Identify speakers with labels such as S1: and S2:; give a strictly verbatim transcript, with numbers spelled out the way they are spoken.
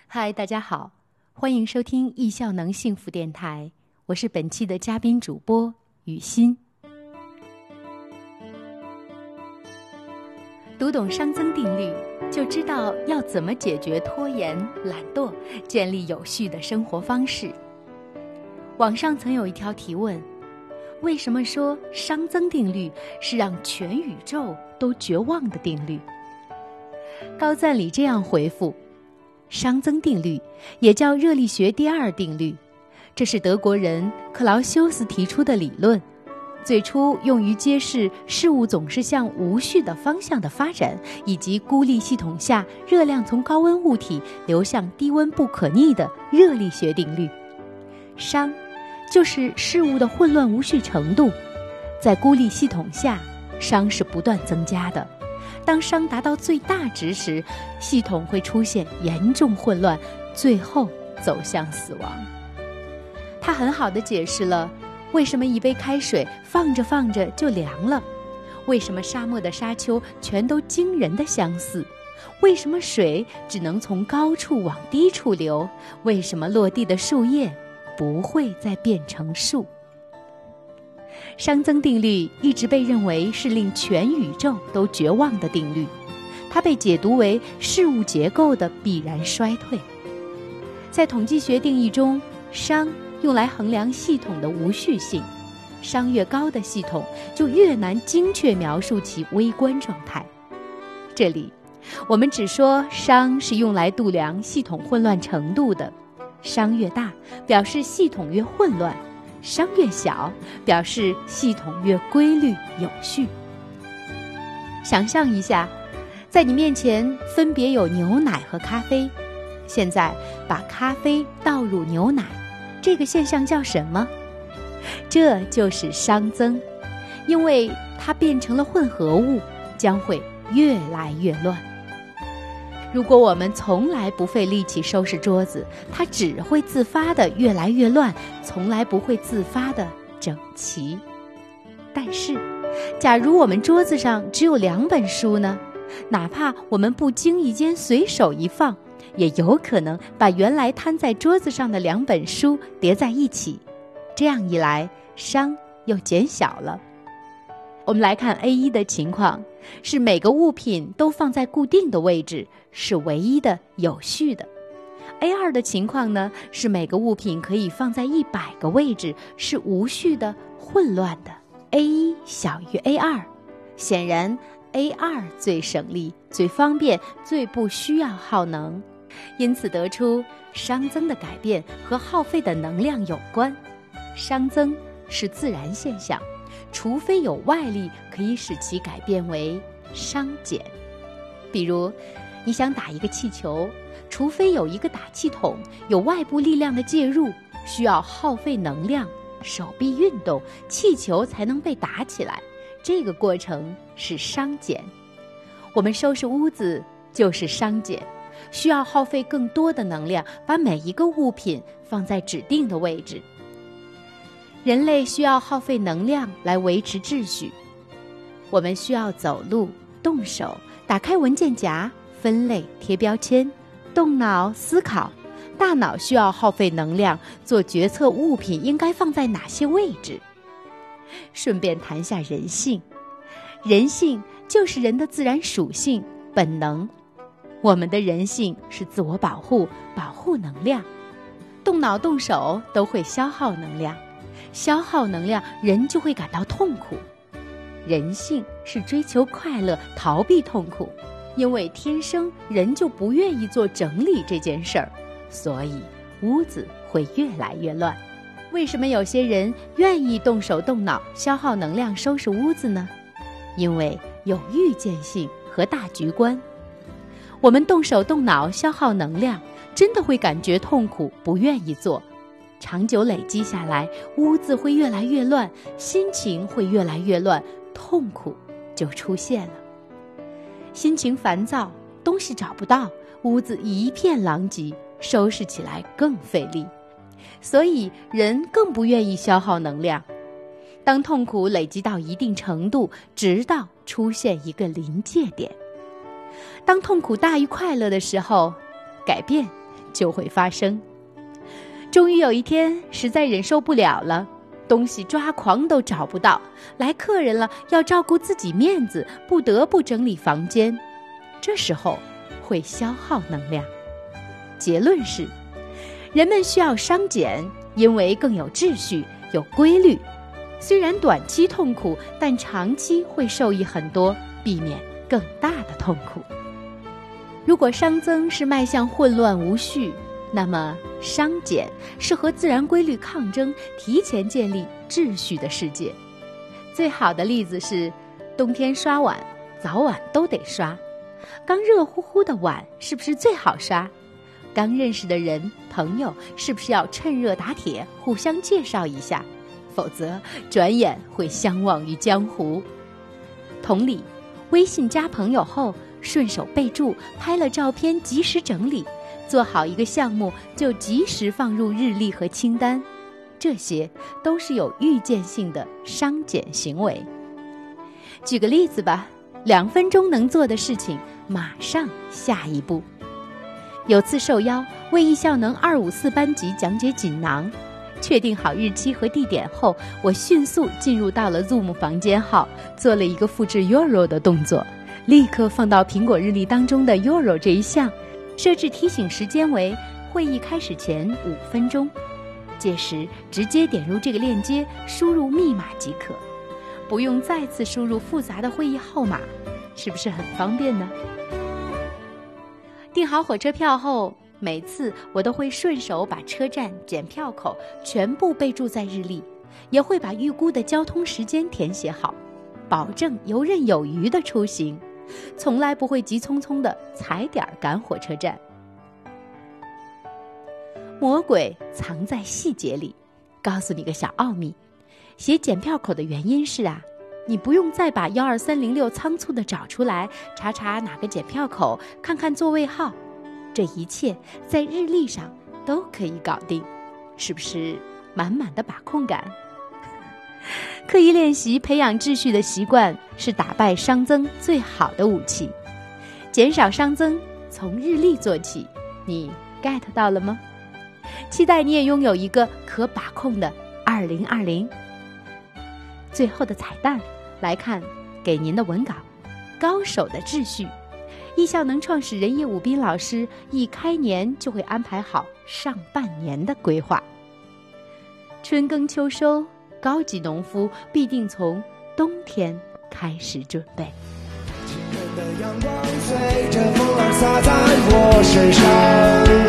S1: 嗨，大家好，欢迎收听易效能幸福电台，我是本期的嘉宾主播雨欣。读懂熵增定律，就知道要怎么解决拖延、懒惰，建立有序的生活方式。网上曾有一条提问：为什么说熵增定律是让全宇宙都绝望的定律？高赞里这样回复：熵增定律也叫热力学第二定律，这是德国人克劳修斯提出的理论，最初用于揭示事物总是向无序的方向的发展，以及孤立系统下热量从高温物体流向低温不可逆的热力学定律。熵就是事物的混乱无序程度，在孤立系统下，熵是不断增加的。当熵达到最大值时，系统会出现严重混乱，最后走向死亡。它很好地解释了为什么一杯开水放着放着就凉了，为什么沙漠的沙丘全都惊人的相似，为什么水只能从高处往低处流，为什么落地的树叶不会再变成树。熵增定律一直被认为是令全宇宙都绝望的定律，它被解读为事物结构的必然衰退。在统计学定义中，熵用来衡量系统的无序性，熵越高的系统就越难精确描述其微观状态。这里我们只说熵是用来度量系统混乱程度的，熵越大表示系统越混乱，熵越小表示系统越规律有序。想象一下，在你面前分别有牛奶和咖啡，现在把咖啡倒入牛奶，这个现象叫什么？这就是熵增，因为它变成了混合物，将会越来越乱。如果我们从来不费力气收拾桌子，它只会自发地越来越乱，从来不会自发地整齐。但是，假如我们桌子上只有两本书呢？哪怕我们不经意间随手一放，也有可能把原来摊在桌子上的两本书叠在一起，这样一来，熵又减小了。我们来看 A 一 的情况，是每个物品都放在固定的位置，是唯一的有序的。A 二 的情况呢，是每个物品可以放在一百个位置，是无序的、混乱的。A 一 小于 A 二，显然 A 二 最省力、最方便、最不需要耗能。因此得出熵增的改变和耗费的能量有关。熵增是自然现象，除非有外力可以使其改变为熵减。比如你想打一个气球，除非有一个打气筒，有外部力量的介入，需要耗费能量，手臂运动，气球才能被打起来，这个过程是熵减。我们收拾屋子就是熵减，需要耗费更多的能量，把每一个物品放在指定的位置。人类需要耗费能量来维持秩序，我们需要走路、动手、打开文件夹、分类、贴标签、动脑思考。大脑需要耗费能量做决策，物品应该放在哪些位置。顺便谈下人性，人性就是人的自然属性、本能。我们的人性是自我保护，保护能量。动脑动手都会消耗能量，消耗能量，人就会感到痛苦。人性是追求快乐，逃避痛苦，因为天生人就不愿意做整理这件事儿，所以屋子会越来越乱。为什么有些人愿意动手动脑，消耗能量收拾屋子呢？因为有预见性和大局观。我们动手动脑消耗能量，真的会感觉痛苦，不愿意做。长久累积下来，屋子会越来越乱，心情会越来越乱，痛苦就出现了。心情烦躁，东西找不到，屋子一片狼藉，收拾起来更费力，所以人更不愿意消耗能量。当痛苦累积到一定程度，直到出现一个临界点。当痛苦大于快乐的时候，改变就会发生。终于有一天，实在忍受不了了，东西抓狂都找不到，来客人了，要照顾自己面子，不得不整理房间。这时候会消耗能量。结论是，人们需要商减，因为更有秩序，有规律。虽然短期痛苦，但长期会受益很多，避免更大的痛苦。如果熵增是迈向混乱无序，那么商减是和自然规律抗争，提前建立秩序的世界。最好的例子是，冬天刷碗，早晚都得刷。刚热乎乎的碗是不是最好刷？刚认识的人朋友是不是要趁热打铁，互相介绍一下？否则转眼会相忘于江湖。同理，微信加朋友后，顺手备注，拍了照片及时整理，做好一个项目就及时放入日历和清单，这些都是有预见性的商减行为。举个例子吧，两分钟能做的事情，马上下一步。有次受邀为艺校能二五四班级讲解锦囊，确定好日期和地点后，我迅速进入到了 Zoom 房间号，做了一个复制 Euro 的动作，立刻放到苹果日历当中的 Euro 这一项，设置提醒时间为会议开始前五分钟。届时直接点入这个链接，输入密码即可，不用再次输入复杂的会议号码，是不是很方便呢？订好火车票后，每次我都会顺手把车站、检票口全部备注在日历，也会把预估的交通时间填写好，保证游刃有余的出行，从来不会急匆匆的踩点赶火车站。魔鬼藏在细节里，告诉你个小奥秘，写检票口的原因是啊，你不用再把一二三零六仓促的找出来，查查哪个检票口，看看座位号，这一切在日历上都可以搞定，是不是满满的把控感？刻意练习培养秩序的习惯，是打败熵增最好的武器。减少熵增，从日历做起，你 get 到了吗？期待你也拥有一个可把控的二零二零。最后的彩蛋，来看给您的文稿，高手的秩序。艺校能创始人叶武斌老师一开年就会安排好上半年的规划。春耕秋收，高级农夫必定从冬天开始准备。
S2: 今天的阳光随着风儿洒在我身上，